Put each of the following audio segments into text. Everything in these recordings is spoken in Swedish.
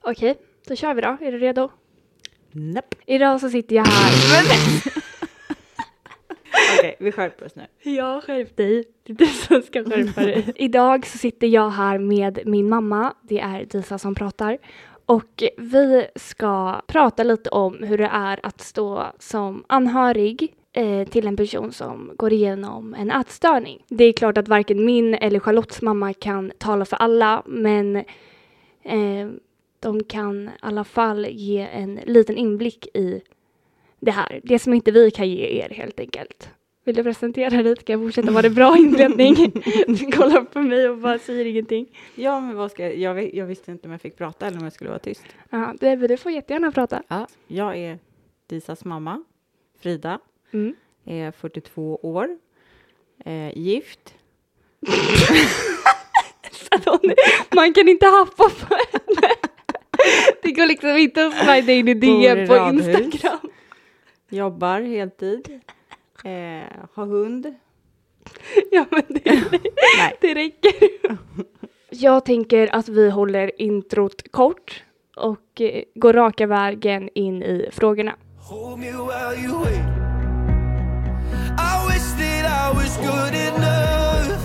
Okej, då kör vi då. Är du redo? Nope. Idag så sitter jag här. Okej, vi skärper oss nu. Jag skärp dig. Det är du som ska skärpa dig. Idag så sitter jag här med min mamma. Det är Disa som pratar. Och vi ska prata lite om hur det är att stå som anhörig till en person som går igenom en ätstörning. Det är klart att varken min eller Charlottes mamma kan tala för alla, men de kan i alla fall ge en liten inblick i det här. Det som inte vi kan ge er helt enkelt. Vill du presentera dig? Ska jag fortsätta? Var det bra inledning? Du kollar på mig och bara säger ingenting. Ja, men vad ska jag visste inte om jag fick prata eller om jag skulle vara tyst. Ja, du får jättegärna prata. Ja, jag är Disas mamma, Frida. Är 42 år. Gift. Man kan inte happa på henne. Det går liksom inte att slida in i DM på Instagram. Jobbar heltid. Har hund. Ja, men det räcker. Jag tänker att vi håller introt kort och går raka vägen in i frågorna. Hold me while you wait. I wish that I was good enough.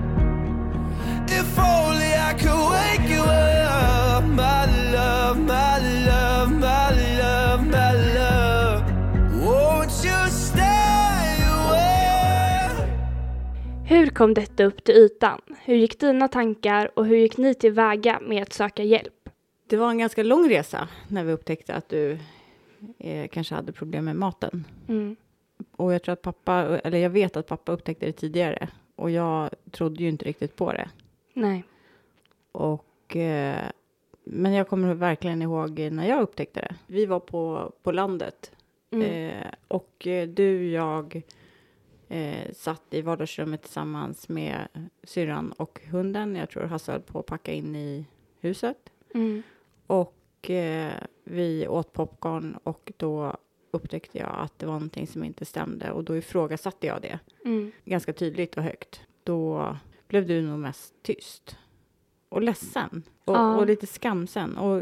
If only I could wake you up. My love, my love, my love, my love. Won't you stay away? Hur kom detta upp till ytan? Hur gick dina tankar och hur gick ni tillväga med att söka hjälp? Det var en ganska lång resa när vi upptäckte att du kanske hade problem med maten. Och jag tror att jag vet att pappa upptäckte det tidigare. Och jag trodde ju inte riktigt på det. Nej. Och, men jag kommer verkligen ihåg när jag upptäckte det. Vi var på landet. Och jag satt i vardagsrummet tillsammans med syrran och hunden. Jag tror Hasse höll på att packa in i huset. Och vi åt popcorn och då upptäckte jag att det var någonting som inte stämde. Och då ifrågasatte jag det. Ganska tydligt och högt. Då blev du nog mest tyst. Och ledsen. Och lite skamsen. Och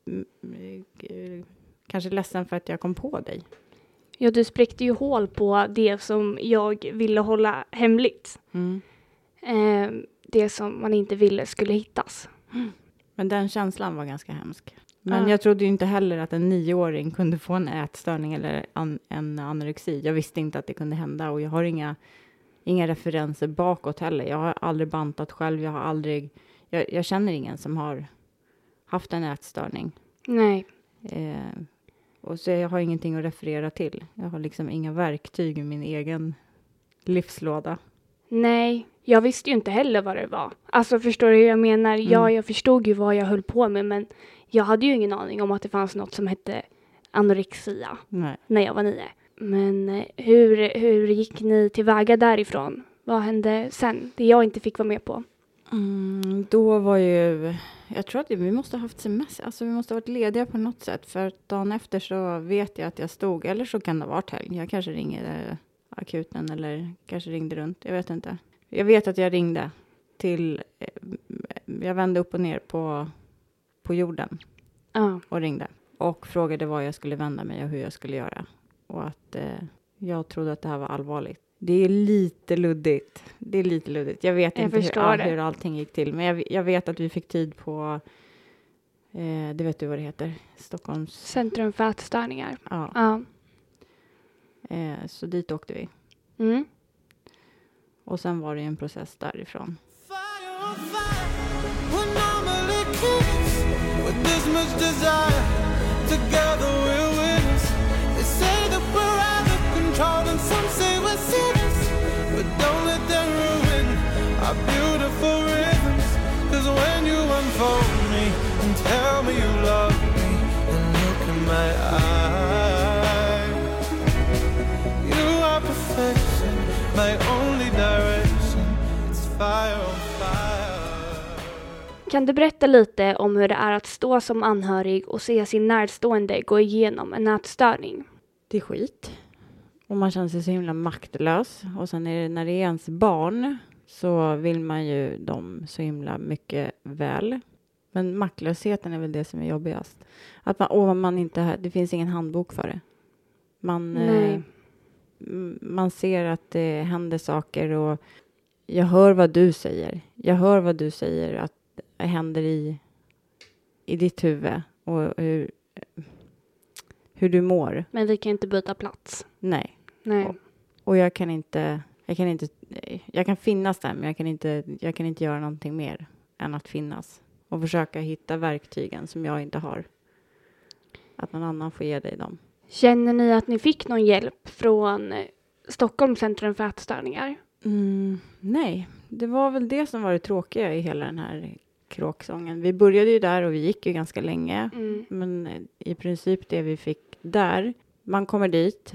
kanske ledsen för att jag kom på dig. Ja, du spräckte ju hål på det som jag ville hålla hemligt. Det som man inte ville skulle hittas. Men den känslan var ganska hemsk. Men jag trodde ju inte heller att en 9-åring kunde få en ätstörning eller en anorexi. Jag visste inte att det kunde hända och jag har inga referenser bakåt heller. Jag har aldrig bantat själv. Jag känner ingen som har haft en ätstörning. Nej. Och så jag har ingenting att referera till. Jag har liksom inga verktyg i min egen livslåda. Nej, jag visste ju inte heller vad det var. Alltså förstår du hur jag menar? Ja, jag förstod ju vad jag höll på med, men jag hade ju ingen aning om att det fanns något som hette anorexia. Nej. När jag var 9. Men hur gick ni tillväga därifrån? Vad hände sen? Det jag inte fick vara med på. Då var ju... Jag tror att vi måste ha haft semester. Alltså vi måste ha varit lediga på något sätt. För dagen efter så vet jag att jag stod... Eller så kan det ha varit helg. Jag kanske ringde akuten eller kanske ringde runt. Jag vet inte. Jag vet att jag ringde till... Jag vände upp och ner på jorden. Och ringde. Och frågade vad jag skulle vända mig och hur jag skulle göra. Och att jag trodde att det här var allvarligt. Det är lite luddigt. Jag vet inte hur allting gick till. Men jag vet att vi fick tid på... det vet du vad det heter? Stockholms... Centrum för ätstörningar. Ja. Så dit åkte vi. Och sen var det en process därifrån. Together we'll win. They say that we're out of control and some say we're sinners, but don't let them ruin our beautiful rhythms. 'Cause when you unfold me and tell me you love me and look in my eyes, you are perfection, my only direction. It's fire on fire. Kan du berätta lite om hur det är att stå som anhörig och se sin närstående gå igenom en ätstörning? Det är skit. Och man känner sig så himla maktlös. Och sen är det, när det är ens barn så vill man ju dem så himla mycket väl. Men maktlösheten är väl det som är jobbigast. Att man inte, det finns ingen handbok för det. Man ser att det händer saker och jag hör vad du säger. Jag hör vad du säger att det händer i ditt huvud och hur du mår. Men vi kan inte byta plats. Nej. Nej. Och jag kan finnas där, men jag kan inte göra någonting mer än att finnas. Och försöka hitta verktygen som jag inte har. Att någon annan får ge dig dem. Känner ni att ni fick någon hjälp från Stockholms centrum för ätstörningar? Nej, det var väl det som var det tråkiga i hela den här kråksången. Vi började ju där och vi gick ju ganska länge. Men i princip det vi fick där. Man kommer dit.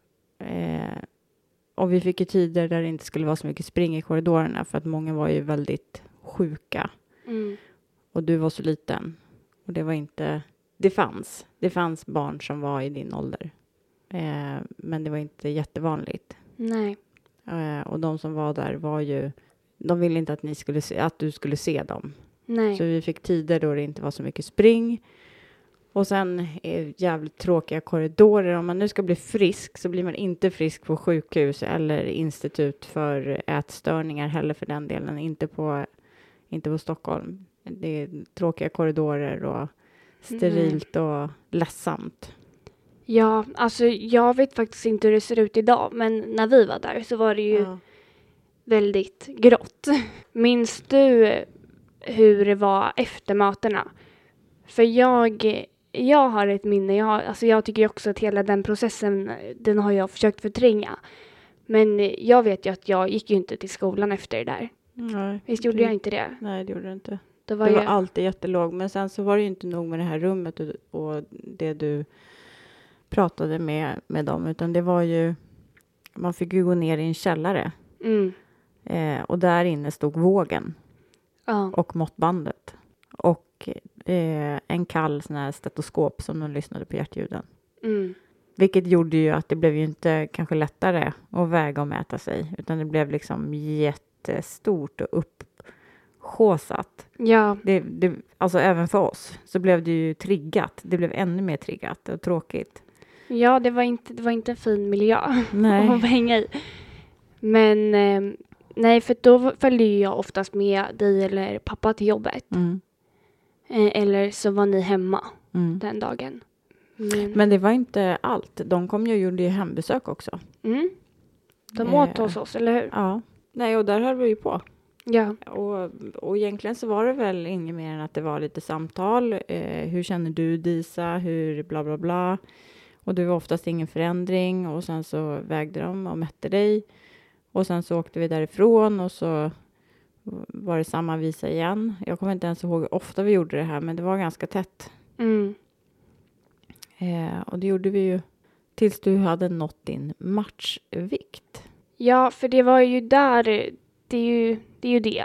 Och vi fick ju tider där det inte skulle vara så mycket spring i korridorerna. För att många var ju väldigt sjuka. Och du var så liten. Och det var inte... Det fanns barn som var i din ålder. Men det var inte jättevanligt. Nej. Och de som var där var ju... De ville inte att du skulle se dem. Nej. Så vi fick tider då det inte var så mycket spring. Och sen jävligt tråkiga korridorer. Om man nu ska bli frisk så blir man inte frisk på sjukhus eller institut för ätstörningar heller för den delen. Inte på Stockholm. Det är tråkiga korridorer och sterilt och ledsamt. Ja, alltså jag vet faktiskt inte hur det ser ut idag. Men när vi var där så var det ju väldigt grått. Minns du hur det var efter mötena? För jag har ett minne. Jag tycker också att hela den processen, den har jag försökt förtränga. Men jag vet ju att jag gick ju inte till skolan efter det där. Nej. Visst gjorde jag inte det? Nej, det gjorde du inte. Det var alltid jättelåg. Men sen så var det ju inte nog med det här rummet och det du pratade med dem. Utan det var ju... Man fick ju gå ner i en källare. Och där inne stod vågen. Och måttbandet. Och en kall sån här stetoskop som de lyssnade på hjärtljuden. Vilket gjorde ju att det blev ju inte kanske lättare att väga och mäta sig. Utan det blev liksom jättestort och upphåsat. Ja. Alltså även för oss så blev det ju triggat. Det blev ännu mer triggat och tråkigt. Ja, det var inte en fin miljö att hänga i. Men nej, för då följde jag oftast med dig eller pappa till jobbet. Eller så var ni hemma den dagen. Men det var inte allt. De kom ju och gjorde ju hembesök också. De åt hos oss, eller hur? Ja. Nej, och där höll vi ju på. Ja. Och egentligen så var det väl inget mer än att det var lite samtal. Hur känner du, Disa? Hur bla bla bla. Och det var oftast ingen förändring. Och sen så vägde de och mätte dig. Och sen så åkte vi därifrån och så var det samma visa igen. Jag kommer inte ens ihåg hur ofta vi gjorde det här, men det var ganska tätt. Och det gjorde vi ju tills du hade nått din matchvikt. Ja, för det var ju där, det är ju det.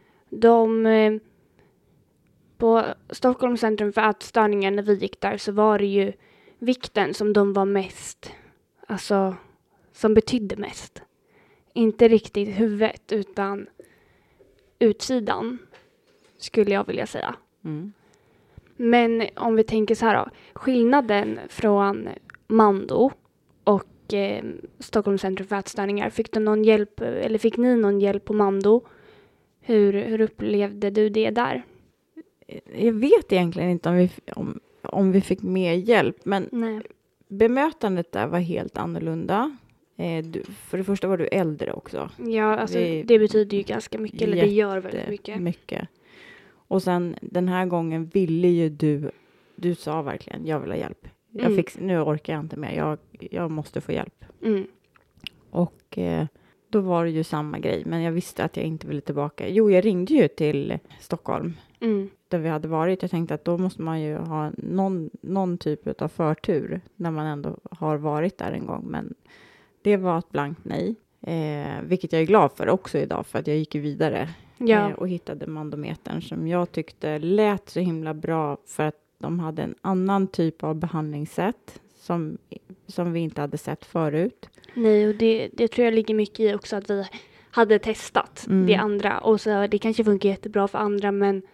På Stockholms centrum för ätstörningar, när vi gick där, så var det ju vikten som de var mest, alltså som betydde mest. Inte riktigt huvudet utan utsidan, skulle jag vilja säga. Men om vi tänker så här då. Skillnaden från Mando och Stockholms centrum för ätstörningar. Fick ni någon hjälp på Mando? Hur upplevde du det där? Jag vet egentligen inte om vi fick mer hjälp. Men bemötandet där var helt annorlunda. För det första var du äldre också. Ja, alltså det betyder ju ganska mycket. Eller det gör väldigt mycket. Och sen den här gången ville ju du sa verkligen, jag vill ha hjälp. Nu orkar jag inte mer, jag måste få hjälp. Och då var det ju samma grej. Men jag visste att jag inte ville tillbaka. Jo, jag ringde ju till Stockholm. Där vi hade varit. Jag tänkte att då måste man ju ha någon typ av förtur. När man ändå har varit där en gång. Men det var ett blankt nej. Vilket jag är glad för också idag. För att jag gick vidare. Och hittade mandometern. Som jag tyckte lät så himla bra. För att de hade en annan typ av behandlingssätt. Som vi inte hade sett förut. Nej, och det tror jag ligger mycket i också. Att vi hade testat det andra. Och så det kanske funkar jättebra för andra. Men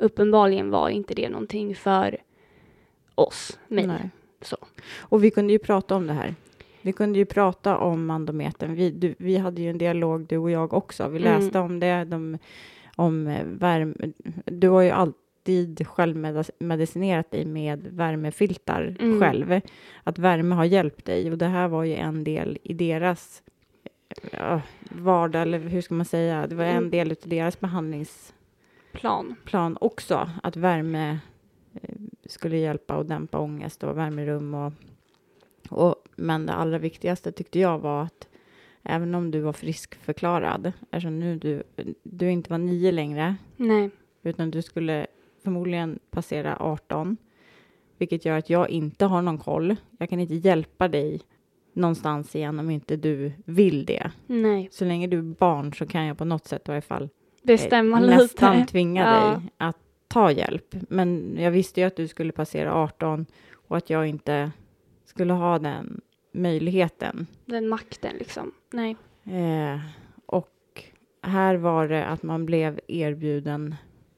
uppenbarligen var inte det någonting för oss. Mig. Nej. Så. Och vi kunde ju prata om det här. Vi kunde ju prata om mandometern. Vi hade ju en dialog, du och jag också. Vi läste om det, om värme. Du har ju alltid självmedicinerat dig med värmefiltar själv. Att värme har hjälpt dig. Och det här var ju en del i deras vardag, eller hur ska man säga? Det var en del av deras behandlingsplan också. Att värme skulle hjälpa och dämpa ångest och värmerum men det allra viktigaste tyckte jag var att även om du var friskförklarad, eftersom nu du inte var 9 längre, Nej. utan du skulle förmodligen passera 18, vilket gör att jag inte har någon koll. Jag kan inte hjälpa dig någonstans igen om inte du vill det. Nej. Så länge du är barn så kan jag på något sätt i alla fall Bestämma nästan lite. tvinga dig att ta hjälp. Men jag visste ju att du skulle passera 18 och att jag inte skulle ha den möjligheten. Den makten liksom. Nej. Och här var det att man blev erbjuden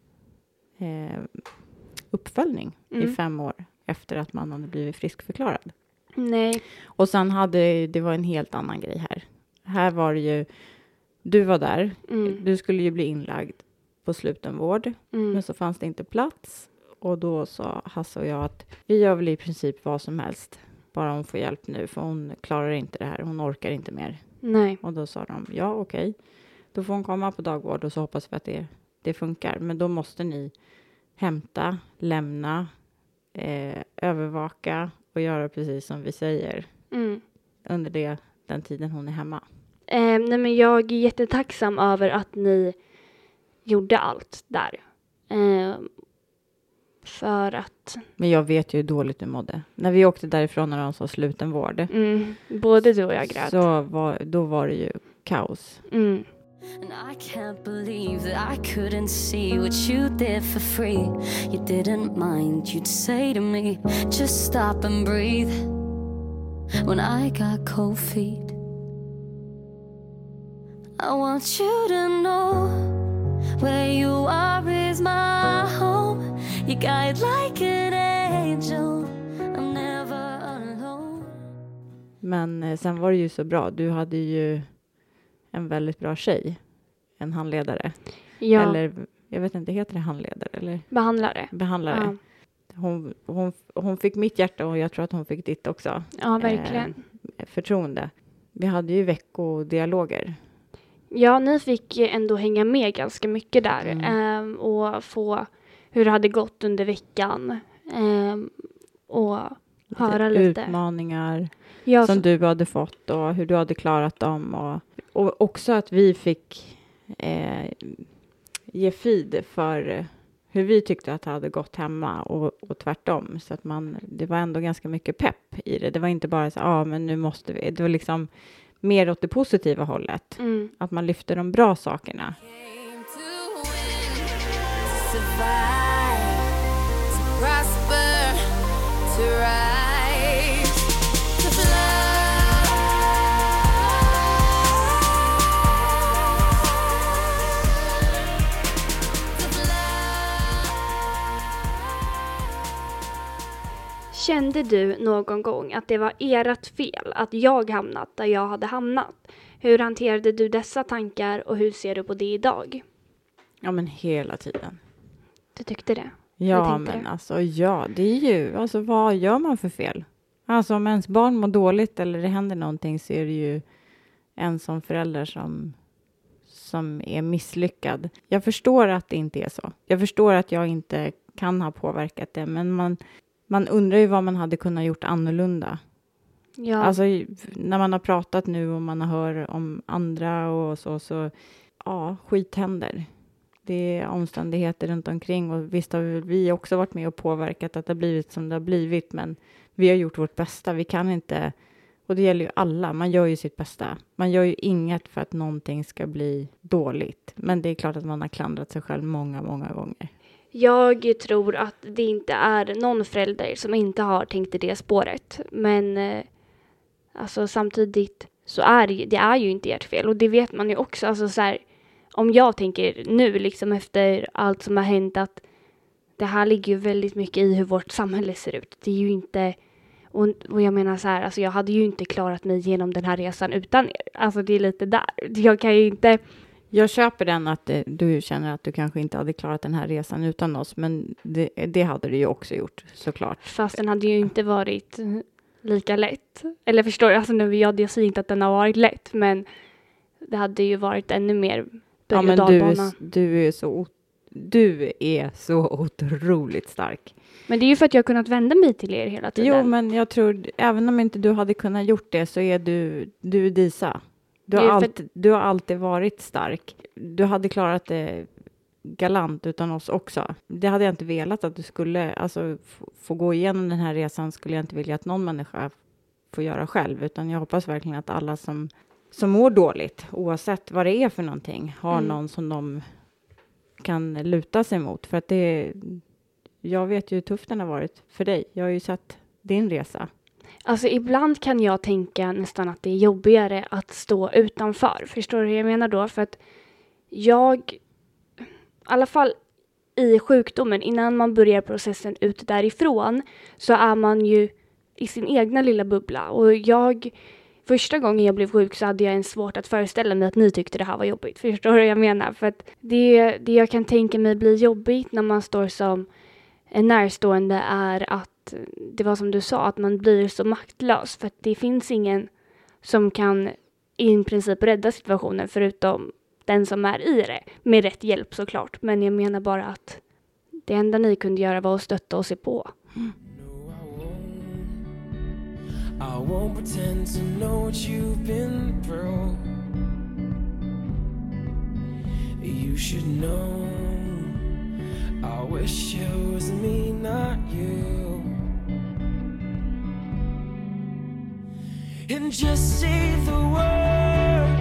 uppföljning i 5 år efter att man hade blivit friskförklarad. Nej. Och sen det var en helt annan grej här. Här var det ju, du var där, du skulle ju bli inlagd på slutenvård, men så fanns det inte plats. Och då sa Hasse och jag att vi gör väl i princip vad som helst. Bara hon får hjälp nu, för hon klarar inte det här. Hon orkar inte mer. Nej. Och då sa de, ja okej. Då får hon komma på dagvård och så hoppas vi att det funkar. Men då måste ni hämta, lämna, övervaka och göra precis som vi säger. Under den tiden hon är hemma. Nej, men jag är jättetacksam över att ni gjorde allt där. För att... Men jag vet ju hur dåligt du mådde. När vi åkte därifrån när de sa slutenvård. Både du och jag grät. Då var det ju kaos. And I can't believe that I couldn't see what you did for free. You didn't mind, you'd say to me, just stop and breathe. When I got cold feet, I want you to know where you are is my home. You guide like an angel, I'm never alone. Men sen var det ju så bra. Du hade ju en väldigt bra tjej. En handledare. Ja. Eller, jag vet inte, heter det handledare? Eller? Behandlare. Behandlare. Ja. Hon fick mitt hjärta och jag tror att hon fick ditt också. Ja, verkligen. Förtroende. Vi hade ju veckodialoger. Ja, ni fick ändå hänga med ganska mycket där. Och få hur det hade gått under veckan. Och höra lite. Utmaningar Ja, som du hade fått och hur du hade klarat dem. Och också att vi fick ge feed för hur vi tyckte att det hade gått hemma och tvärtom. Så att det var ändå ganska mycket pepp i det. Det var inte bara så, men nu måste vi. Det var liksom mer åt det positiva hållet. Att man lyfter de bra sakerna. Came to win, to survive, to prosper, to rise, to fly. Kände du någon gång att det var ert fel att jag hamnat där jag hade hamnat? Hur hanterade du dessa tankar och hur ser du på det idag? Ja, men hela tiden. Du tyckte det? Ja, men alltså, det är ju, alltså vad gör man för fel? Alltså om ens barn mår dåligt eller det händer någonting så är det ju en som förälder som är misslyckad. Jag förstår att det inte är så. Jag förstår att jag inte kan ha påverkat det, men man undrar ju vad man hade kunnat gjort annorlunda. Ja. Alltså när man har pratat nu och man hör om andra och så ja, skit händer. Det är omständigheter runt omkring och visst har vi också varit med och påverkat att det har blivit som det har blivit, men vi har gjort vårt bästa. Vi kan inte, och det gäller ju alla, man gör ju sitt bästa. Man gör ju inget för att någonting ska bli dåligt, men det är klart att man har klandrat sig själv många, många gånger. Jag tror att det inte är någon förälder som inte har tänkt i det spåret, men alltså samtidigt så är det ju inte ert fel och det vet man ju också. Alltså så här, om jag tänker nu liksom efter allt som har hänt att det här ligger ju väldigt mycket i hur vårt samhälle ser ut. Det är ju inte, och jag menar så här, alltså jag hade ju inte klarat mig genom den här resan utan er. Alltså det är lite där. Jag kan ju inte... Jag köper den att du känner att du kanske inte hade klarat den här resan utan oss, men det hade du ju också gjort, såklart. Fast den hade ju inte varit lika lätt. Eller förstår du? Alltså jag säger inte att den har varit lätt, men det hade ju varit ännu mer berg- och dalbana. Du är så otroligt stark. Men det är ju för att jag har kunnat vända mig till er hela tiden. Jo, men jag tror, även om inte du hade kunnat gjort det, så är du Disa. Du har alltid varit stark. Du hade klarat det galant utan oss också. Det hade jag inte velat att du skulle, alltså få gå igenom den här resan skulle jag inte vilja att någon människa får göra själv. Utan jag hoppas verkligen att alla som mår dåligt, oavsett vad det är för någonting, har någon som de kan luta sig mot. För att jag vet ju hur tufft den har varit för dig. Jag har ju sett din resa. Alltså ibland kan jag tänka nästan att det är jobbigare att stå utanför. Förstår du hur jag menar då? För att i alla fall i sjukdomen, innan man börjar processen ut därifrån, så är man ju i sin egna lilla bubbla. Och första gången jag blev sjuk så hade jag en svårt att föreställa mig att ni tyckte det här var jobbigt. Förstår du hur jag menar? För att det jag kan tänka mig blir jobbigt när man står som en närstående är att det var som du sa, att man blir så maktlös. För att det finns ingen som kan i princip rädda situationen förutom den som är i det. Med rätt hjälp såklart. Men jag menar bara att det enda ni kunde göra var att stötta och se på. I won't pretend to know what you've been through. You should know. I wish it was me, not you. And just say the word.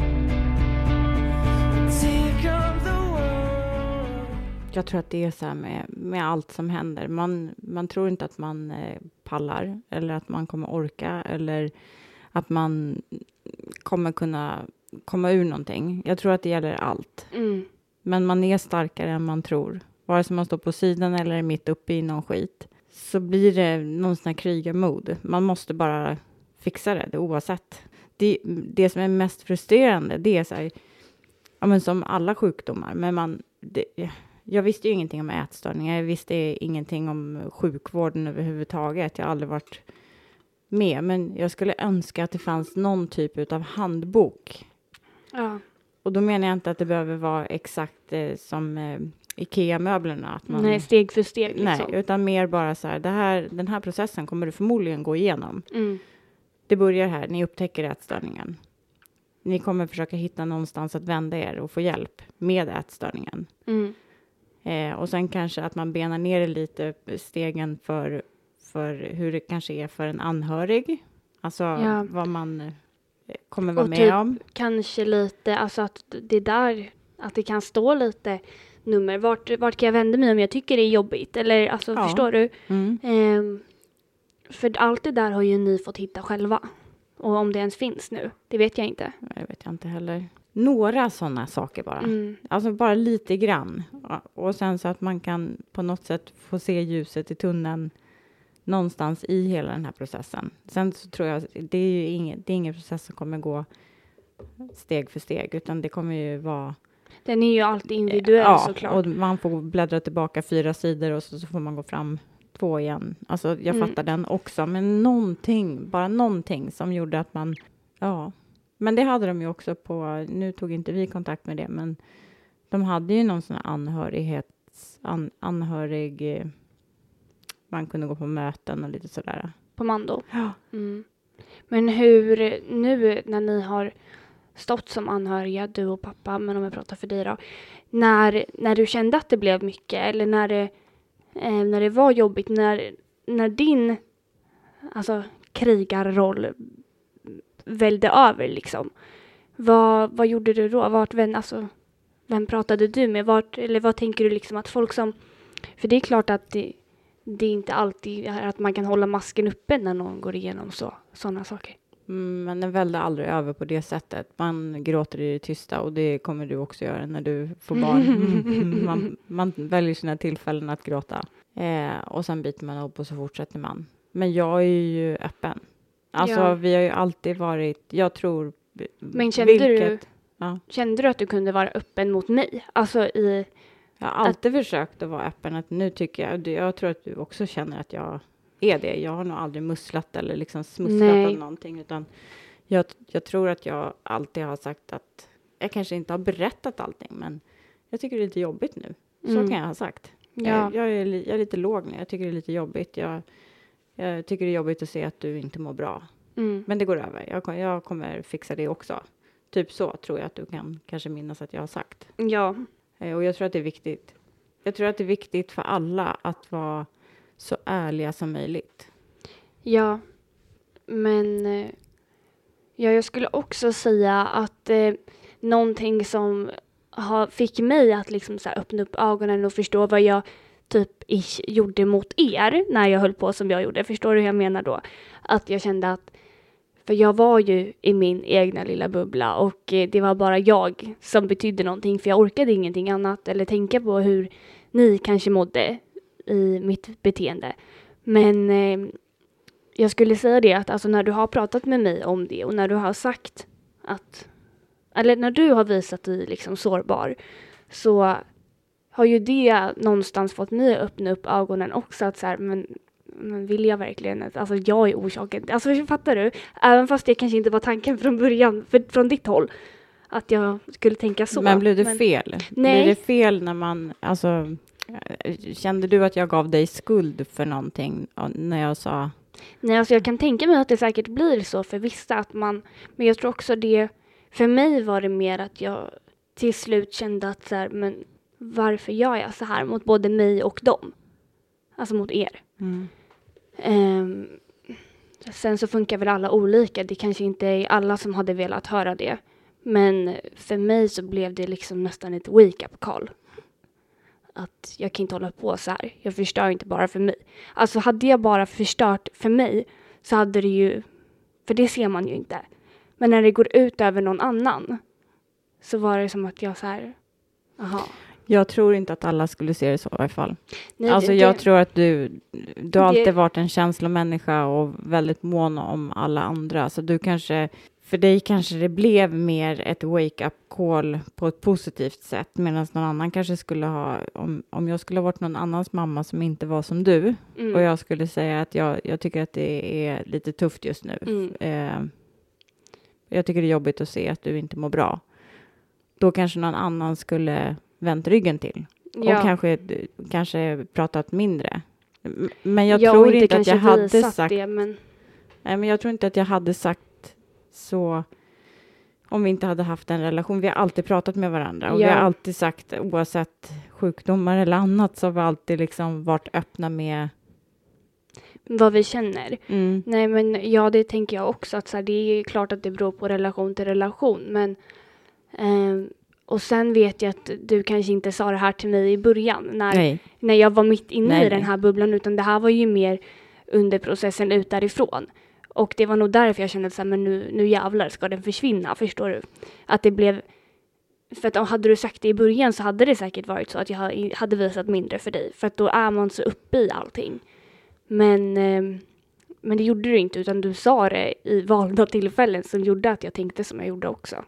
Take on the world. Jag tror att det är så här med allt som händer. Man tror inte att man pallar. Eller att man kommer orka. Eller att man kommer kunna komma ur någonting. Jag tror att det gäller allt. Mm. Men man är starkare än man tror. Vare sig man står på sidan eller är mitt uppe i någon skit. Så blir det någon sån här krigarmod. Man måste bara fixa det oavsett. Det som är mest frustrerande, det är så här, ja, men som alla sjukdomar. Men jag visste ju ingenting om ätstörningar. Jag visste ingenting om sjukvården överhuvudtaget. Jag har aldrig varit med. Men jag skulle önska att det fanns någon typ av handbok. Ja. Och då menar jag inte att det behöver vara exakt som IKEA-möblerna. Nej, steg för steg. Liksom. Nej, utan mer bara så här, den här processen kommer du förmodligen gå igenom. Mm. Det börjar här, ni upptäcker ätstörningen. Ni kommer försöka hitta någonstans att vända er och få hjälp med ätstörningen. Mm. Och sen kanske att man benar ner lite stegen för hur det kanske är för en anhörig. Alltså vad man kommer vara med typ, om. Kanske lite, alltså att det där, att det kan stå lite nummer. Vart kan jag vända mig om jag tycker det är jobbigt? Eller alltså, förstår du? Mm. För allt det där har ju ni fått hitta själva. Och om det ens finns nu, det vet jag inte. Det vet jag inte heller. Några sådana saker bara. Mm. Alltså bara lite grann. Och sen så att man kan på något sätt få se ljuset i tunneln någonstans i hela den här processen. Sen så tror jag det är ingen process som kommer gå steg för steg, utan det kommer ju vara... Den är ju alltid individuell såklart. Och man får bläddra tillbaka 4 sidor och så får man gå fram 2 igen. Alltså jag fattar den också, men bara någonting som gjorde att man... Ja, men det hade de ju också på... Nu tog inte vi kontakt med det, men de hade ju någon sån här anhörig... Man kunde gå på möten och lite sådär. På Mando? Ja. Mm. Men hur, nu när ni har stått som anhöriga, du och pappa, men om jag pratar för dig då. När du kände att det blev mycket, eller när det var jobbigt, när din krigarroll välde över liksom. Vad gjorde du då? Vem pratade du med? Eller vad tänker du liksom att folk som... För det är klart att det är inte alltid att man kan hålla masken uppe när någon går igenom sådana saker. Men den vällde aldrig över på det sättet. Man gråter i det tysta och det kommer du också göra när du får barn. Man väljer sina tillfällen att gråta. Och sen biter man upp och så fortsätter man. Men jag är ju öppen. Alltså vi har ju alltid varit, jag tror... Men kände du att du kunde vara öppen mot mig? Alltså jag har alltid försökt att vara öppen. Att nu tycker jag tror att du också känner att jag är det. Jag har nog aldrig musslat eller liksom smusslat av någonting. Utan jag tror att jag alltid har sagt att jag kanske inte har berättat allting. Men jag tycker det är lite jobbigt nu. Så kan jag ha sagt. Ja. Jag är lite låg nu. Jag tycker det är lite jobbigt. Jag tycker det är jobbigt att se att du inte mår bra. Men det går över. Jag kommer fixa det också. Typ så tror jag att du kan kanske minnas att jag har sagt. Ja. Och jag tror att det är viktigt. Jag tror att det är viktigt för alla att vara så ärliga som möjligt. Ja. Men jag skulle också säga att någonting som fick mig att liksom så här öppna upp ögonen och förstå vad jag typ gjorde mot er när jag höll på som jag gjorde. Förstår du hur jag menar då? Att jag kände att, för jag var ju i min egna lilla bubbla och det var bara jag som betydde någonting, för jag orkade ingenting annat eller tänka på hur ni kanske mådde i mitt beteende. Men jag skulle säga det att alltså, när du har pratat med mig om det och när du har sagt att, eller när du har visat dig liksom sårbar, så har ju det någonstans fått mig att öppna upp ögonen också. Att så här, men vill jag verkligen? Alltså jag är orsaken. Alltså fattar du? Även fast det kanske inte var tanken från början, från ditt håll. Att jag skulle tänka så. Men blev det fel? Nej. Blev det fel när man, alltså, kände du att jag gav dig skuld för någonting när jag sa? Nej, alltså jag kan tänka mig att det säkert blir så för vissa. Att man, men jag tror också det, för mig var det mer att jag till slut kände att så här, men varför gör jag så här mot både mig och dem? Alltså mot er. Sen så funkar väl alla olika. Det kanske inte är alla som hade velat höra det. Men för mig så blev det liksom nästan ett wake-up call. Att jag kan inte hålla på så här. Jag förstör inte bara för mig. Alltså hade jag bara förstört för mig så hade det ju, för det ser man ju inte. Men när det går ut över någon annan så var det som att jag så här, aha. Jag tror inte att alla skulle se det så i alla fall. Nej, alltså jag tror att du har alltid varit en känslomänniska och väldigt mån om alla andra. Så du kanske, för dig kanske det blev mer ett wake-up call på ett positivt sätt. Medan någon annan kanske skulle ha, om jag skulle ha varit någon annans mamma som inte var som du. Och jag skulle säga att jag tycker att det är lite tufft just nu. Jag tycker det är jobbigt att se att du inte mår bra. Då kanske någon annan skulle vänt ryggen till. Ja. Och kanske pratat mindre. Men jag tror inte att jag hade sagt det, men... Nej, men jag tror inte att jag hade sagt så om vi inte hade haft en relation. Vi har alltid pratat med varandra. Och vi har alltid sagt, oavsett sjukdomar eller annat, så har vi alltid liksom varit öppna med vad vi känner. Nej, men ja, det tänker jag också. Att så här, det är klart att det beror på relation till relation. Men och sen vet jag att du kanske inte sa det här till mig i början. När jag var mitt inne i den här bubblan. Utan det här var ju mer under processen ut därifrån. Och det var nog därför jag kände att så här, men nu jävlar ska den försvinna. Förstår du? Att det blev... För att hade du sagt det i början så hade det säkert varit så att jag hade visat mindre för dig. För att då är man så uppe i allting. Men det gjorde du inte, utan du sa det i valda tillfällen som gjorde att jag tänkte som jag gjorde också.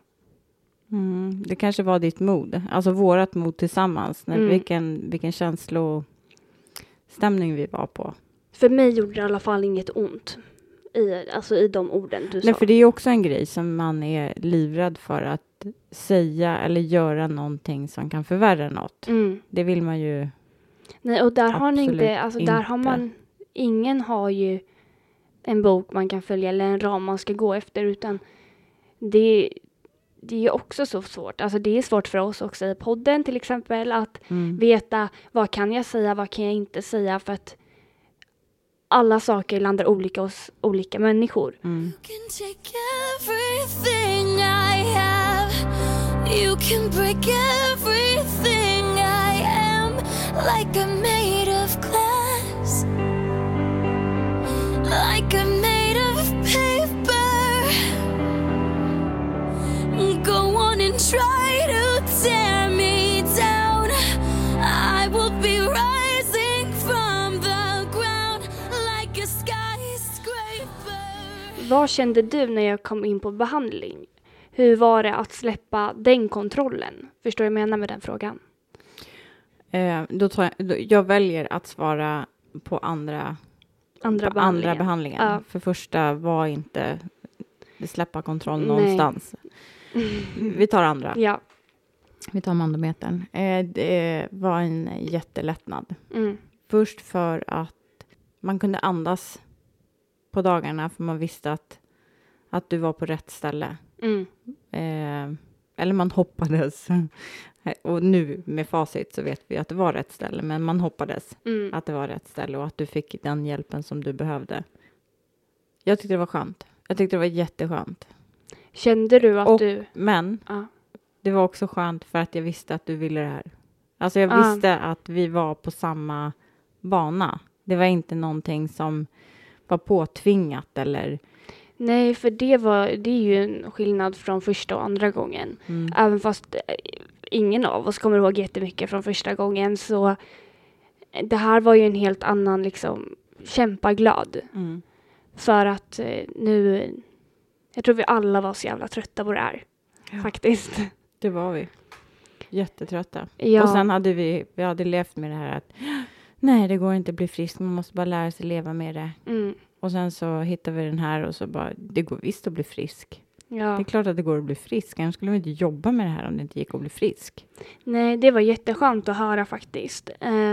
Det kanske var ditt mod. Alltså vårat mod tillsammans. Vilken känslostämning vi var på. För mig gjorde det i alla fall inget ont. I de orden du sa. Nej, för det är också en grej som man är livrädd för att säga eller göra någonting som kan förvärra något. Det vill man ju. Nej, och där har ni inte. Alltså där har man. Ingen har ju en bok man kan följa eller en ram man ska gå efter, utan det är ju också så svårt. Alltså det är svårt för oss också i podden till exempel att veta vad kan jag säga, vad kan jag inte säga, för att alla saker landar olika hos olika människor. You can take everything I have. You can break everything I am. Like I'm made of glass. Like I'm made of paper. vad kände du när jag kom in på behandling? Hur var det att släppa den kontrollen? Förstår du vad jag menar med den frågan? Jag väljer att svara på andra behandlingen. Ja. För första var inte släppa kontroll någonstans. Vi tar andra. Ja. Vi tar mandometern. Det var en jättelättnad. Mm. Först för att man kunde andas på dagarna, för man visste att du var på rätt ställe. Mm. Eller man hoppades. Och nu med facit så vet vi att det var rätt ställe. Men man hoppades att det var rätt ställe och att du fick den hjälpen som du behövde. Jag tyckte det var skönt. Jag tyckte det var jätteskönt. Kände du att Men Ja. det var också skönt för att jag visste att du ville det här. Alltså jag visste att vi var på samma bana. Det var inte någonting som var påtvingat eller... Nej, för det är ju en skillnad från första och andra gången. Även fast ingen av oss kommer ihåg jättemycket från första gången, så det här var ju en helt annan liksom kämpaglad. För att nu, jag tror vi alla var så jävla trötta på det här. Ja. Faktiskt. Det var vi. Jättetrötta. Ja. Och sen hade vi hade levt med det här att nej, det går inte att bli frisk. Man måste bara lära sig leva med det. Och sen så hittar vi den här och så bara, det går visst att bli frisk. Ja. Det är klart att det går att bli frisk. Annars skulle vi inte jobba med det här om det inte gick att bli frisk. Nej, det var jätteskönt att höra faktiskt.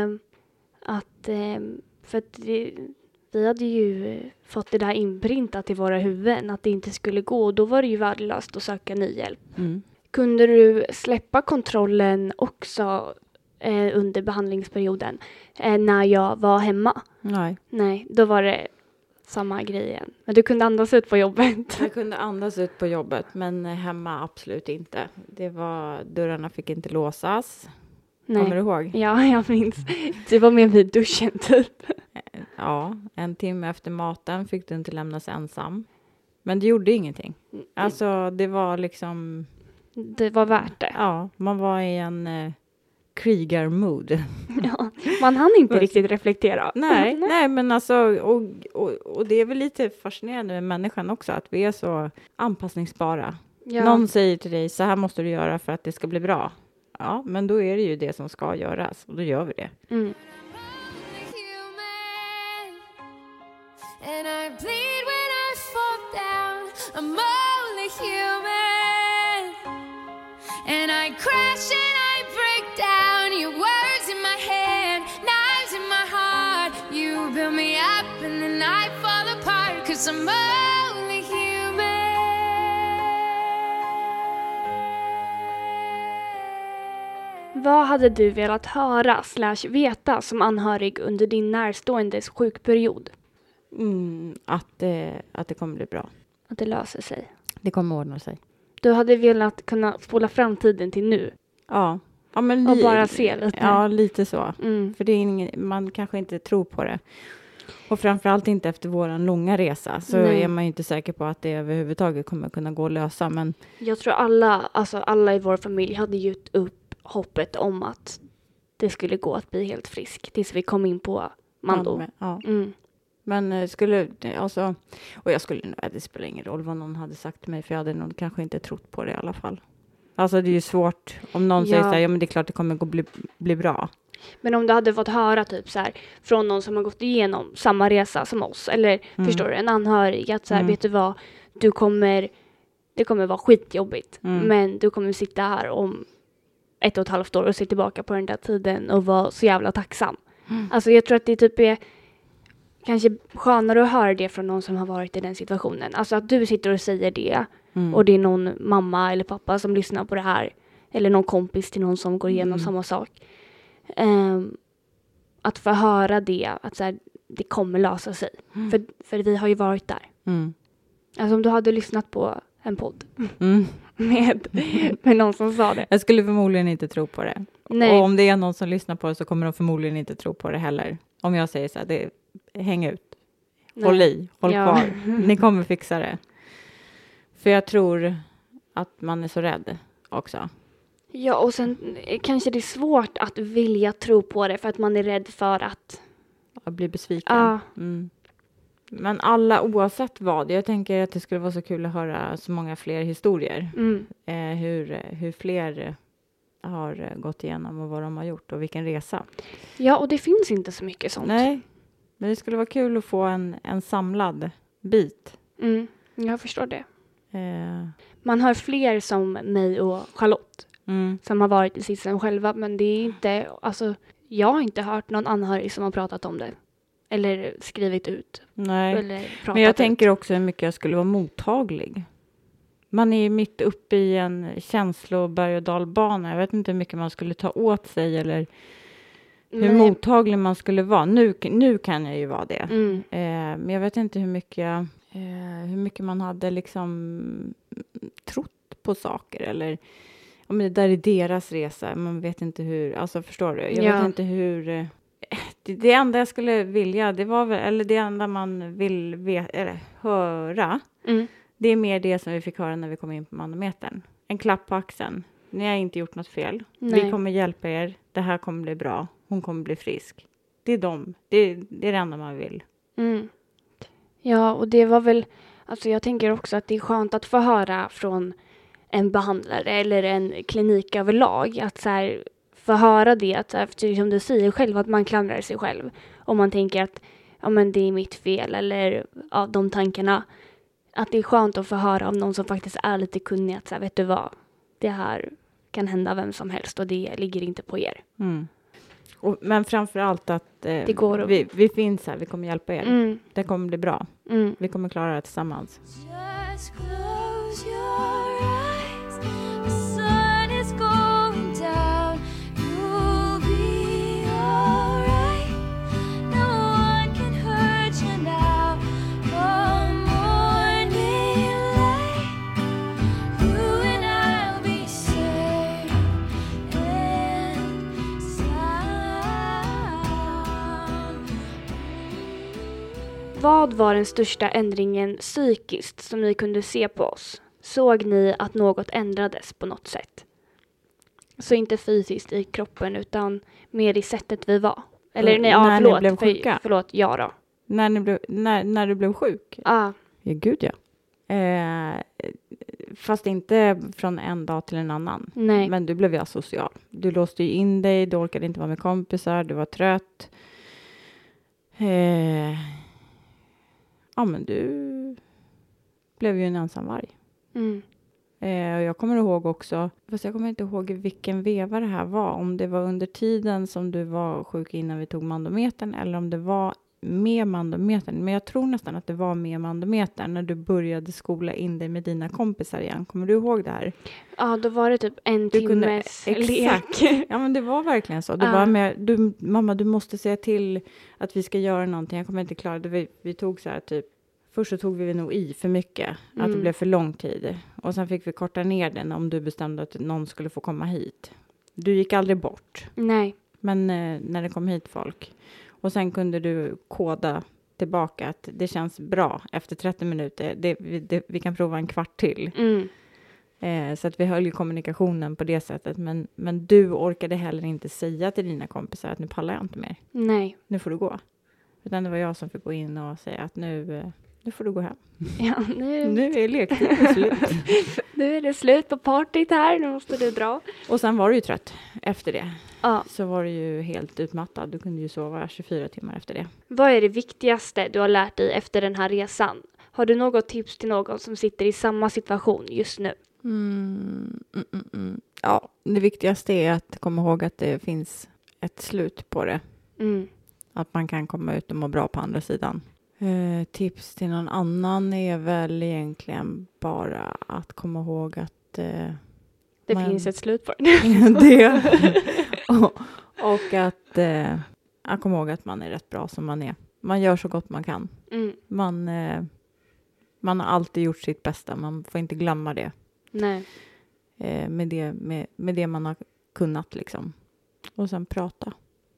För att vi hade ju fått det där inprintat i våra huvuden att det inte skulle gå. Och då var det ju värdelöst att söka ny hjälp. Kunde du släppa kontrollen också under behandlingsperioden när jag var hemma? Nej, då var det samma grej igen. Men du kunde andas ut på jobbet. Jag kunde andas ut på jobbet, men hemma absolut inte. Dörrarna fick inte låsas. Nej. Kommer du ihåg? Ja, jag minns. Du var med vid duschen typ. Ja, 1 timme efter maten fick du inte lämnas ensam. Men det gjorde ingenting. Alltså, det var liksom... Det var värt det. Ja, man var i en krigarmood. Ja, man hann inte riktigt reflektera. Nej, men alltså, och det är väl lite fascinerande med människan också, att vi är så anpassningsbara. Ja. Någon säger till dig, så här måste du göra för att det ska bli bra. Ja, men då är det ju det som ska göras, och då gör vi det. And I bleed when I fall down. I'm only human. And I crash and I break down. Your words in my head, knives in my heart. You build me up and then I fall apart. 'Cause I'm only human. Vad hade du velat höra / veta som anhörig under din närståendes sjukperiod? Att det kommer bli bra. Att det löser sig. Det kommer ordna sig. Du hade velat kunna spola fram tiden till nu. Ja men och bara se lite. Ja, lite så. För det är man kanske inte tror på det. Och framförallt inte efter våran långa resa. Så är man ju inte säker på att det överhuvudtaget kommer kunna gå att lösa. Men jag tror alla i vår familj hade gett upp hoppet om att det skulle gå att bli helt frisk. Tills vi kom in på Mando. Ja. Mm. Men och jag skulle, det spelar ingen roll vad någon hade sagt till mig, för jag hade nog kanske inte trott på det i alla fall. Alltså det är ju svårt om någon säger så här, ja men det är klart det kommer gå bli bra. Men om du hade fått höra typ så här från någon som har gått igenom samma resa som oss, eller förstår du, en anhörig, att så här, vet du vad, det kommer vara skitjobbigt, men du kommer sitta här om 1,5 år och se tillbaka på den där tiden och vara så jävla tacksam. Alltså jag tror att det typ är kanske skönare att höra det från någon som har varit i den situationen. Alltså att du sitter och säger det och det är någon mamma eller pappa som lyssnar på det här, eller någon kompis till någon som går igenom samma sak. Att få höra det, att så här, det kommer lösa sig. För vi har ju varit där. Alltså om du hade lyssnat på en podd med någon som sa det. Jag skulle förmodligen inte tro på det. Nej. Och om det är någon som lyssnar på det så kommer de förmodligen inte tro på det heller. Om jag säger så här, häng ut. Håll kvar. Ni kommer fixa det. För jag tror att man är så rädd också. Ja, och sen kanske det är svårt att vilja tro på det för att man är rädd för att bli besviken. Ja. Men alla oavsett vad. Jag tänker att det skulle vara så kul att höra så många fler historier. Hur fler har gått igenom och vad de har gjort och vilken resa. Ja, och det finns inte så mycket sånt. Nej, men det skulle vara kul att få en samlad bit. Jag förstår det. Man har fler som mig och Charlotte som har varit i sitsen själva, men det är inte, alltså jag har inte hört någon anhörig som har pratat om det. Eller skrivit ut. Nej, eller pratat men jag ut. tänker också hur mycket jag skulle vara mottaglig. Man är mitt uppe i en känsloberg- och dalbana. Jag vet inte hur mycket man skulle ta åt sig eller hur mottaglig man skulle vara. Nu kan jag ju vara det. Men jag vet inte hur mycket man hade liksom trott på saker. Eller om det där är deras resa. Man vet inte hur, alltså förstår du? Jag vet inte hur... Det enda jag skulle vilja, det var väl, eller det enda man vill höra, det är mer det som vi fick höra när vi kom in på manometern. En klapp på axeln. Ni har inte gjort något fel. Nej. Vi kommer hjälpa er. Det här kommer bli bra. Hon kommer bli frisk. Det är det är det enda man vill. Ja, och det var väl, alltså jag tänker också att det är skönt att få höra från en behandlare eller en klinik överlag, att så här, få höra det, att som du säger själv, att man klandrar sig själv. Om man tänker att men det är mitt fel, eller de tankarna. Att det är skönt att få höra av någon som faktiskt är lite kunnig, att så här, vet du vad, det här kan hända vem som helst och det ligger inte på er. Men framförallt att det går vi finns här, vi kommer hjälpa er. Det kommer bli bra. Vi kommer klara det tillsammans. Just close your eyes. The sun is going down. You'll be alright. No one can hurt you now. Come morning light. You and I'll be safe and sound. Vad var den största ändringen psykiskt som ni kunde se på oss? Såg ni att något ändrades på något sätt? Så inte fysiskt i kroppen utan mer i sättet vi var. Eller nej, när förlåt. ni blev sjuka? Förlåt, ja då. När du blev sjuk? Ja, Gud ja. Fast inte från en dag till en annan. nej. Men du blev ju asocial. Du låste ju in dig, du orkade inte vara med kompisar, du var trött. Ja, men du blev ju en ensamvarg. Och jag kommer ihåg också, fast jag kommer inte ihåg vilken veva det här var. Om det var under tiden som du var sjuk innan vi tog mandometern eller om det var med mandometern. Men jag tror nästan att det var med mandometern när du började skola in dig med dina kompisar igen. Kommer du ihåg det här? Ja, då var det typ en timmes exakt. lek. Ja, men det var verkligen så. Det var med, mamma, du måste säga till att vi ska göra någonting. Jag kommer inte klara det. Vi tog så här typ, först så tog vi nog i för mycket. Att det blev för lång tid. Och sen fick vi korta ner den om du bestämde att någon skulle få komma hit. Du gick aldrig bort. Nej. Men när det kom hit folk. Och sen kunde du koda tillbaka att det känns bra efter 30 minuter. Vi kan prova en kvart till. Så att vi höll ju kommunikationen på det sättet. Men du orkade heller inte säga till dina kompisar att nu pallar jag inte mer. Nej. Nu får du gå. Utan det var jag som fick gå in och säga att nu får du gå hem. Ja, Nu är lektiden slut. Nu är det slut på partyt här. Nu måste du dra. Och sen var du ju trött efter det. Ja. Så var du ju helt utmattad. Du kunde ju sova 24 timmar efter det. Vad är det viktigaste du har lärt dig efter den här resan? Har du något tips till någon som sitter i samma situation just nu? Ja, det viktigaste är att komma ihåg att det finns ett slut på det. Att man kan komma ut och må bra på andra sidan. Tips till någon annan är väl egentligen bara att komma ihåg att det finns ett slut på det. och att komma ihåg att man är rätt bra som man är. Man gör så gott man kan. Man har alltid gjort sitt bästa. Man får inte glömma det. Nej. Med det man har kunnat liksom. Och sen prata.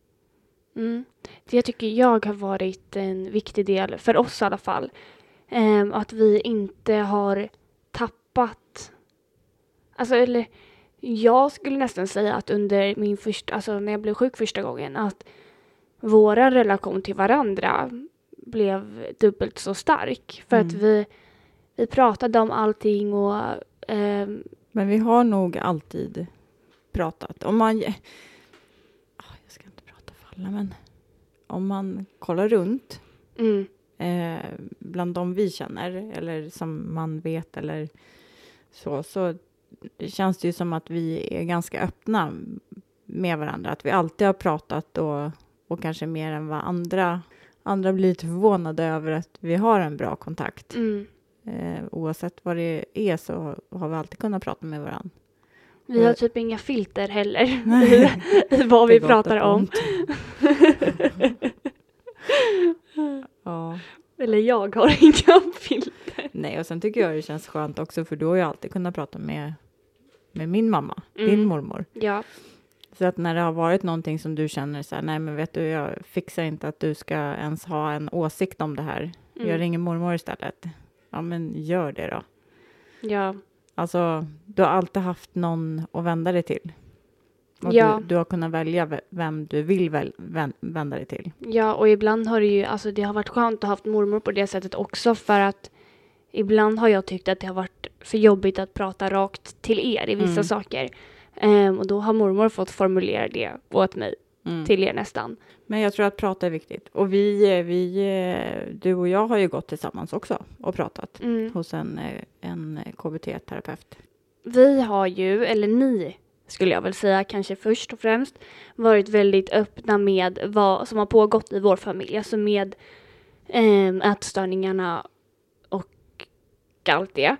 Det tycker jag har varit en viktig del, för oss i alla fall. Att vi inte har tappat. Alltså, eller jag skulle nästan säga att under min första, alltså när jag blev sjuk första gången, att våra relation till varandra blev dubbelt så stark. För att vi pratade om allting och... Men vi har nog alltid pratat. Om man... jag ska inte prata för alla, men om man kollar runt bland de vi känner eller som man vet eller så känns det ju som att vi är ganska öppna med varandra. Att vi alltid har pratat och kanske mer än vad andra blir lite förvånade över att vi har en bra kontakt. Oavsett vad det är så har vi alltid kunnat prata med varandra. Vi har typ inga filter heller i vad vi pratar om. Ja. Eller jag har inga filter. Nej, och sen tycker jag det känns skönt också för då har jag alltid kunnat prata med min mamma, din mormor. Ja. Så att när det har varit någonting som du känner så här, nej men vet du, jag fixar inte att du ska ens ha en åsikt om det här. Jag ringer mormor istället. Ja, men gör det då. Ja. Alltså, du har alltid haft någon att vända dig till. Och du har kunnat välja vem du vill vända dig till. Ja, och ibland har det har varit skönt att ha haft mormor på det sättet också. För att ibland har jag tyckt att det har varit för jobbigt att prata rakt till er i vissa saker. Och då har mormor fått formulera det åt mig. Till er nästan. Men jag tror att prata är viktigt. Och du och jag har ju gått tillsammans också och pratat hos en KBT-terapeut. Vi har ju, eller ni skulle jag väl säga kanske först och främst, varit väldigt öppna med vad som har pågått i vår familj. Alltså med ätstörningarna och allt det.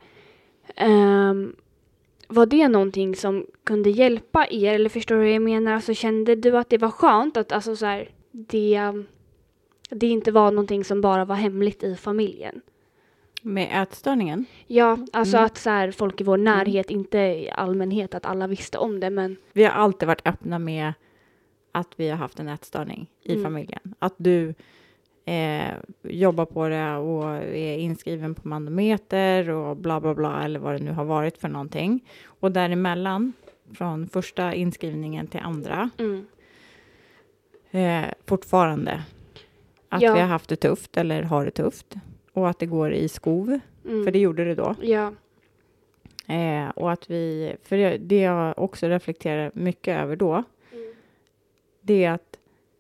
Var det någonting som kunde hjälpa er? Eller förstår du vad jag menar? Alltså, kände du att det var skönt att alltså, så här, det inte var någonting som bara var hemligt i familjen? Med ätstörningen? Ja, alltså att så här, folk i vår närhet, inte i allmänhet att alla visste om det. Men... Vi har alltid varit öppna med att vi har haft en ätstörning i familjen. Att du jobbar på det och är inskriven på manometer och bla bla bla eller vad det nu har varit för någonting. Och däremellan, från första inskrivningen till andra, fortfarande att vi har haft det tufft eller har det tufft. Och att det går i skov, för det gjorde det då. Ja. Och att för det jag också reflekterar mycket över då, det är att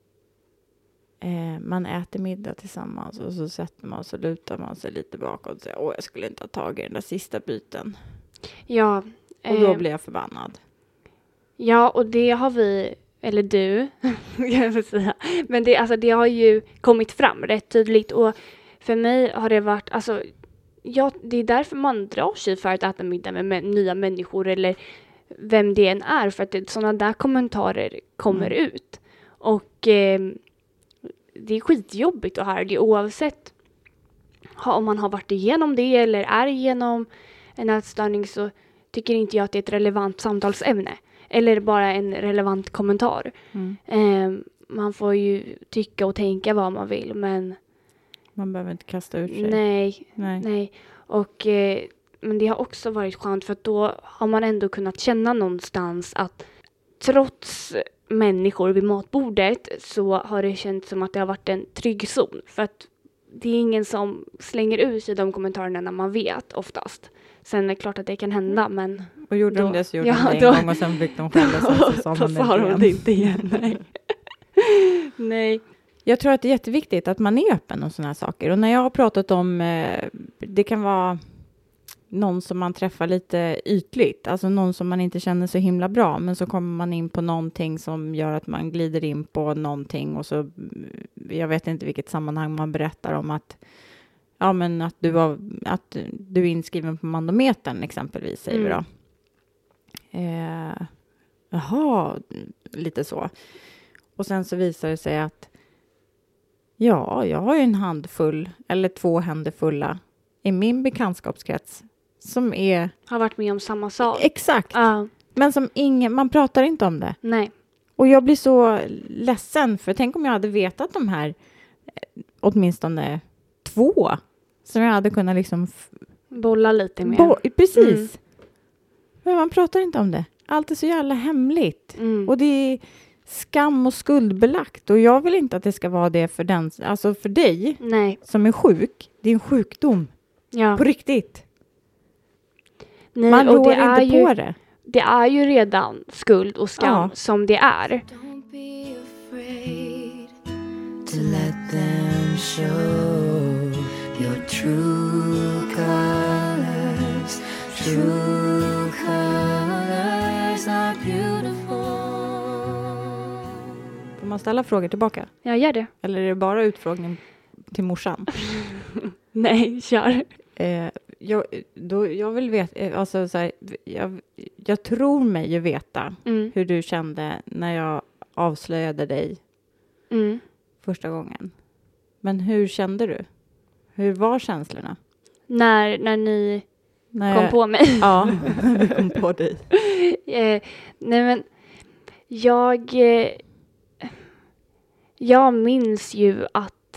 man äter middag tillsammans och så sätter man så lutar man sig lite bakåt och säger, jag skulle inte ha tagit den där sista biten. Ja. Och då blir jag förbannad. Ja, och det har vi, eller du, kan jag säga. Men det har ju kommit fram rätt tydligt. Och för mig har det varit, det är därför man drar sig för att äta middag med nya människor eller vem det än är. För att sådana där kommentarer kommer ut. Och det är skitjobbigt att höra det oavsett om man har varit igenom det eller är igenom en ätstörning, så tycker inte jag att det är ett relevant samtalsämne. Eller bara en relevant kommentar. Man får ju tycka och tänka vad man vill, men man behöver inte kasta ut sig. Nej. Och, men det har också varit skönt för att då har man ändå kunnat känna någonstans att trots människor vid matbordet så har det känts som att det har varit en trygg zon. För att det är ingen som slänger ut sig de kommentarerna när man vet oftast. Sen är det klart att det kan hända, men... Och gjorde de det så gjorde de det en gång och sen fick de skälla sig så sa de det inte igen. Nej. Jag tror att det är jätteviktigt att man är öppen om sådana här saker. Och när jag har pratat om, det kan vara någon som man träffar lite ytligt. Alltså någon som man inte känner så himla bra. Men så kommer man in på någonting som gör att man glider in på någonting. Och så, jag vet inte vilket sammanhang man berättar om att, ja men att du är inskriven på manometern exempelvis, säger vi då. Jaha, lite så. Och sen så visar det sig att ja, jag har ju en handfull eller 2 händer fulla i min bekantskapskrets som har varit med om samma sak. Exakt. Men som man pratar inte om det. Nej. Och jag blir så ledsen, för tänk om jag hade vetat de här åtminstone 2 som jag hade kunnat liksom bolla lite med. Precis. Men man pratar inte om det. Allt är så jävla hemligt. Och det är skam och skuldbelagt. Och jag vill inte att det ska vara det för den, alltså för dig Nej. som är sjuk. Det är en sjukdom. Ja. På riktigt. Nej, Man och rår inte på det. Det är ju redan skuld och skam som det är. Don't be afraid to let them show your true colors. True colors are beautiful. Får man ställa frågor tillbaka? Jag gör det. Eller är det bara utfrågning till morsan? Nej, kör. Jag vill veta, alltså så här, jag tror mig ju veta hur du kände när jag avslöjade dig första gången. Men hur kände du? Hur var känslorna? När ni kom på mig. Ja, vi kom på dig. Nej men, jag minns ju att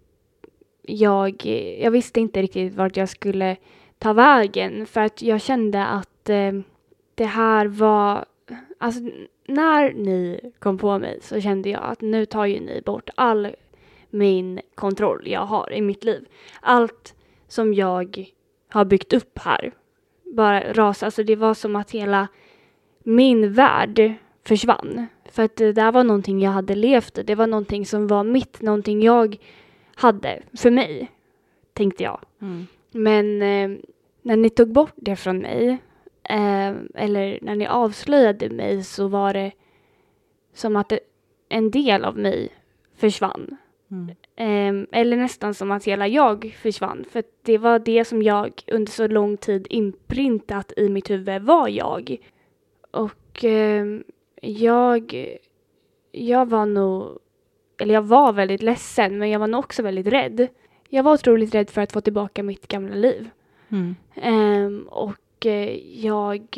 jag visste inte riktigt vart jag skulle ta vägen. För att jag kände att det här var... Alltså, när ni kom på mig så kände jag att nu tar ju ni bort all min kontroll jag har i mitt liv. Allt som jag har byggt upp här bara rasade. Alltså det var som att hela min värld försvann. För att det där var någonting jag hade levt i. Det var någonting som var mitt. Någonting jag hade för mig, tänkte jag. Men när ni tog bort det från mig, eller när ni avslöjade mig, så var det som att en del av mig försvann. Eller nästan som att hela jag försvann. För det var det som jag under så lång tid inprintat i mitt huvud var jag. Och jag var nog... Eller jag var väldigt ledsen, men jag var nog också väldigt rädd. Jag var otroligt rädd för att få tillbaka mitt gamla liv. Och jag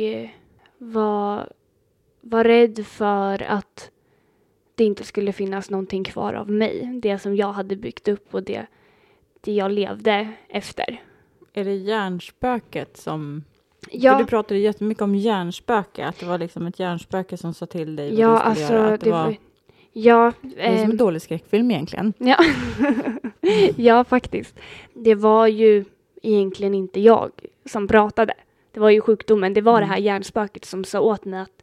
var rädd för att det inte skulle finnas någonting kvar av mig. Det som jag hade byggt upp och det jag levde efter. Är det hjärnspöket som... Ja. För du pratade jättemycket om hjärnspöke. Att det var liksom ett hjärnspöke som sa till dig vad Ja, du skulle alltså göra. Att det var... Ja, det är som en dålig skräckfilm egentligen. Ja. Ja, faktiskt. Det var ju egentligen inte jag som pratade. Det var ju sjukdomen. Det var det här hjärnspöket som sa åt mig att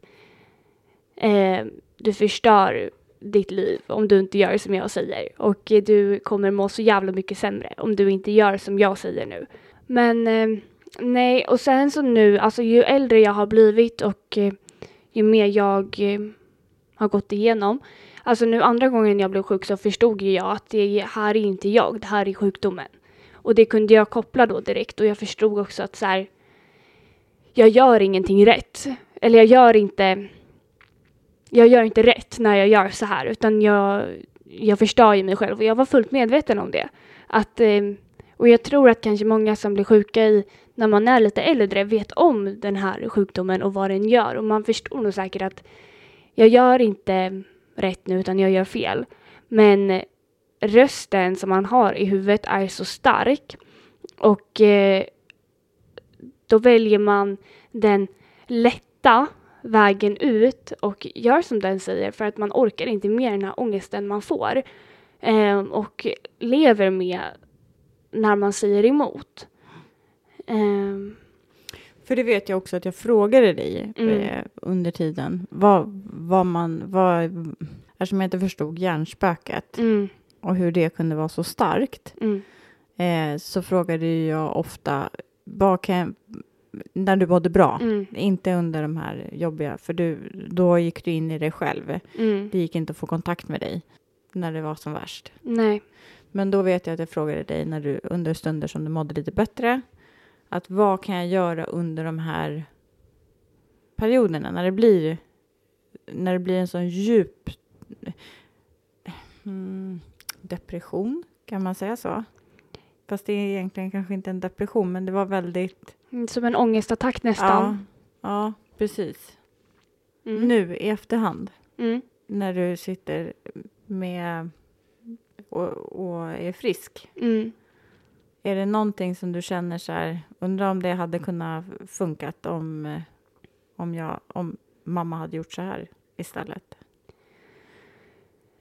du förstör ditt liv om du inte gör som jag säger. Och du kommer må så jävla mycket sämre om du inte gör som jag säger nu. Men nej, och sen så nu, alltså ju äldre jag har blivit och ju mer jag har gått igenom. Alltså nu andra gången jag blev sjuk så förstod jag att det här är inte jag, det här är sjukdomen. Och det kunde jag koppla då direkt. Och jag förstod också att så här, jag gör ingenting rätt. Eller jag gör inte rätt när jag gör så här. Utan jag förstår ju mig själv. Och jag var fullt medveten om det. Och jag tror att kanske många som blir sjuka när man är lite äldre vet om den här sjukdomen och vad den gör. Och man förstår nog säkert att jag gör inte rätt nu utan jag gör fel. Men rösten som man har i huvudet är så stark. Och då väljer man den lätta vägen ut och gör som den säger. För att man orkar inte mer den här ångesten man får. Och lever med när man säger emot. För det vet jag också att jag frågade dig under tiden. Eftersom jag inte förstod hjärnspöket och hur det kunde vara så starkt. Så frågade jag ofta, när du mådde bra. Inte under de här jobbiga, för då gick du in i dig själv. Det gick inte att få kontakt med dig när det var som värst. Nej. Men då vet jag att jag frågade dig under stunder som du mådde lite bättre. Att vad kan jag göra under de här perioderna när det blir en sån djup depression, kan man säga så? Fast det är egentligen kanske inte en depression, men det var väldigt... Som en ångestattack nästan. Ja, precis. Nu i efterhand, när du sitter med och är frisk. Är det någonting som du känner så här, undrar om det hade kunnat funkat om mamma hade gjort så här istället?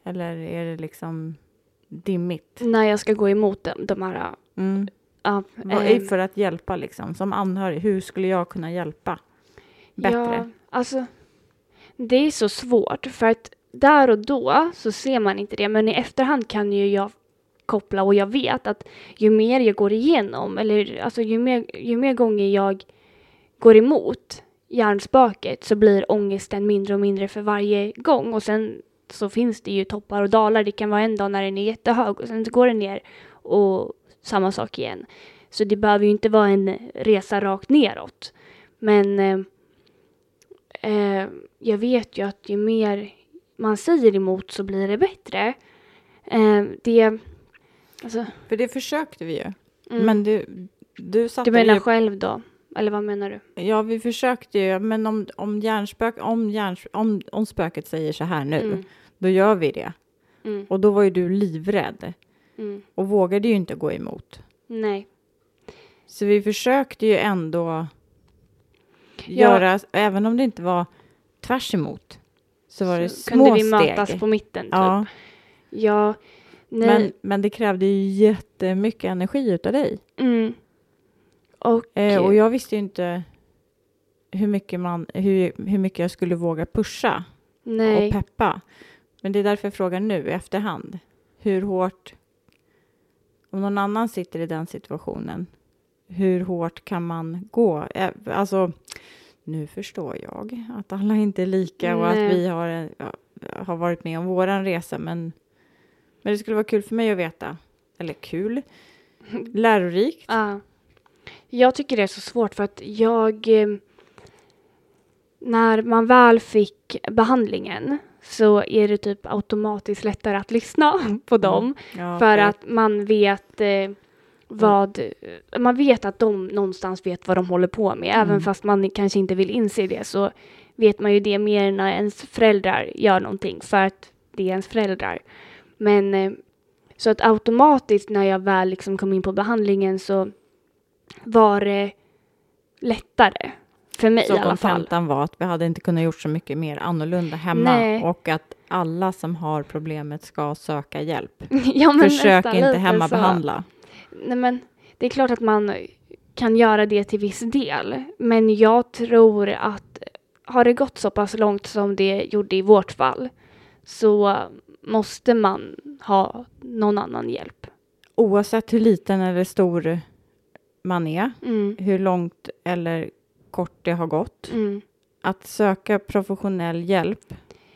Eller är det liksom dimmigt? När jag ska gå emot de här... Ja, Vad är för att hjälpa liksom? Som anhörig, hur skulle jag kunna hjälpa bättre? Ja, alltså, det är så svårt. För att där och då så ser man inte det. Men i efterhand kan ju jag koppla, och jag vet att ju mer jag går igenom, eller alltså ju mer gånger jag går emot hjärnspöket, så blir ångesten mindre och mindre för varje gång. Och sen så finns det ju toppar och dalar. Det kan vara en dag när den är jättehög och sen så går den ner och samma sak igen. Så det behöver ju inte vara en resa rakt neråt. Men jag vet ju att ju mer man säger emot så blir det bättre. Alltså, för det försökte vi ju. Men du satte du menar ju... själv då? Eller vad menar du? Ja, vi försökte ju. Men om spöket säger så här nu, då gör vi det. Och då var ju du livrädd. Och vågade ju inte gå emot. Nej. Så vi försökte ju ändå göra, även om det inte var tvärs emot, så var det små kunde vi steg. mötas på mitten typ. Ja, nej. Men det krävde ju jättemycket energi utav dig. Och jag visste ju inte hur mycket jag skulle våga pusha och peppa. Men det är därför jag frågar nu i efterhand. Hur hårt, om någon annan sitter i den situationen, hur hårt kan man gå? Alltså, nu förstår jag att alla inte är lika och att vi har varit med om våran resa. Men det skulle vara kul för mig att veta. Eller kul. Lärorikt. Ja. Jag tycker det är så svårt för att när man väl fick behandlingen så är det typ automatiskt lättare att lyssna på dem. Ja, för att man vet man vet att de någonstans vet vad de håller på med. Även fast man kanske inte vill inse det, så vet man ju det mer när ens föräldrar gör någonting, för att det är ens föräldrar. Men så att automatiskt när jag väl liksom kom in på behandlingen så var det lättare för mig i alla fall. Så kontentan var att vi hade inte kunnat gjort så mycket mer annorlunda hemma. Nej. Och att alla som har problemet ska söka hjälp. Försök inte hemmabehandla. Nej, men det är klart att man kan göra det till viss del. Men jag tror att har det gått så pass långt som det gjorde i vårt fall, så måste man ha någon annan hjälp. Oavsett hur liten eller stor man är, hur långt eller kort det har gått, att söka professionell hjälp,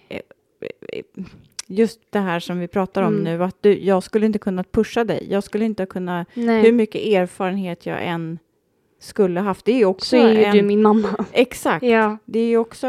just det här som vi pratar om nu, att jag skulle inte kunna pusha dig, jag skulle inte kunna, hur mycket erfarenhet jag än skulle haft, det är också så är ju du min mamma. Exakt, det är ju också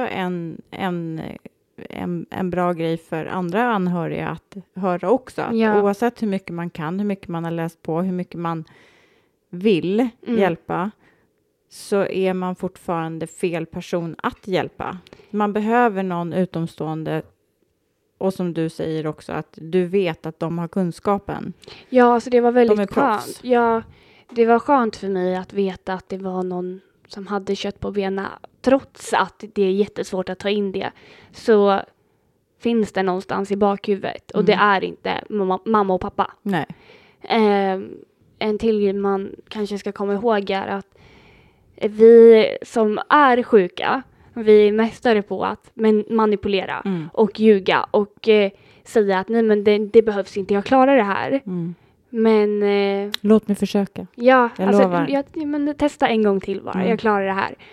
en bra grej för andra anhöriga att höra också, att oavsett hur mycket man kan, hur mycket man har läst på, hur mycket man vill hjälpa, så är man fortfarande fel person att hjälpa. Man behöver någon utomstående, och som du säger också, att du vet att de har kunskapen. Ja, alltså det var väldigt skönt. Ja, det var skönt för mig att veta att det var någon som hade kött på benen, trots att det är jättesvårt att ta in det. Så finns det någonstans i bakhuvudet, och det är inte mamma och pappa. Nej. En till man kanske ska komma ihåg är att vi som är sjuka, vi är mästare på att manipulera och ljuga och säga att nej, men det behövs inte, jag klarar det här. Men låt mig försöka. Ja, jag alltså, lovar. Men testa en gång till bara. Jag klarar det här.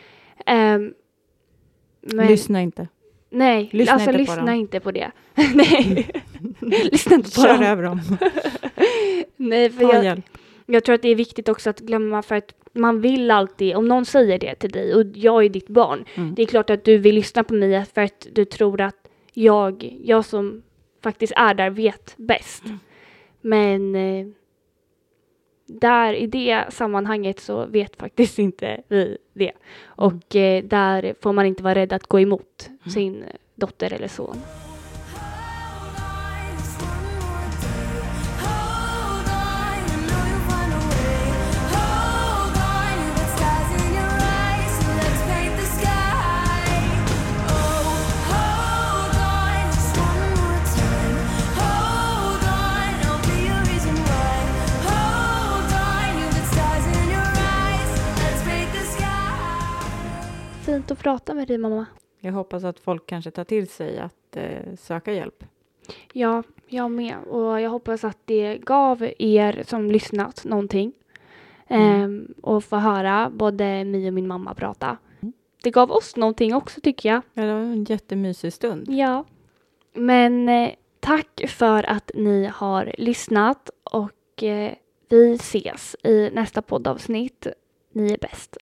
Men, lyssna inte. Nej, lyssna inte på det. Nej. Lyssna inte på Kör dem. över dem. Nej, för jag tror att det är viktigt också att glömma, för att man vill alltid, om någon säger det till dig och jag är ditt barn, det är klart att du vill lyssna på mig för att du tror att jag som faktiskt är där vet bäst. Men där i det sammanhanget så vet faktiskt inte vi det. Och där får man inte vara rädd att gå emot sin dotter eller son. fint att prata med dig, mamma. Jag hoppas att folk kanske tar till sig att söka hjälp. Ja, jag med. Och jag hoppas att det gav er som lyssnat någonting. Och få höra både mig och min mamma prata. Det gav oss någonting också, tycker jag. Ja, det var en jättemysig stund. Ja. Men tack för att ni har lyssnat. Och vi ses i nästa poddavsnitt. Ni är bäst.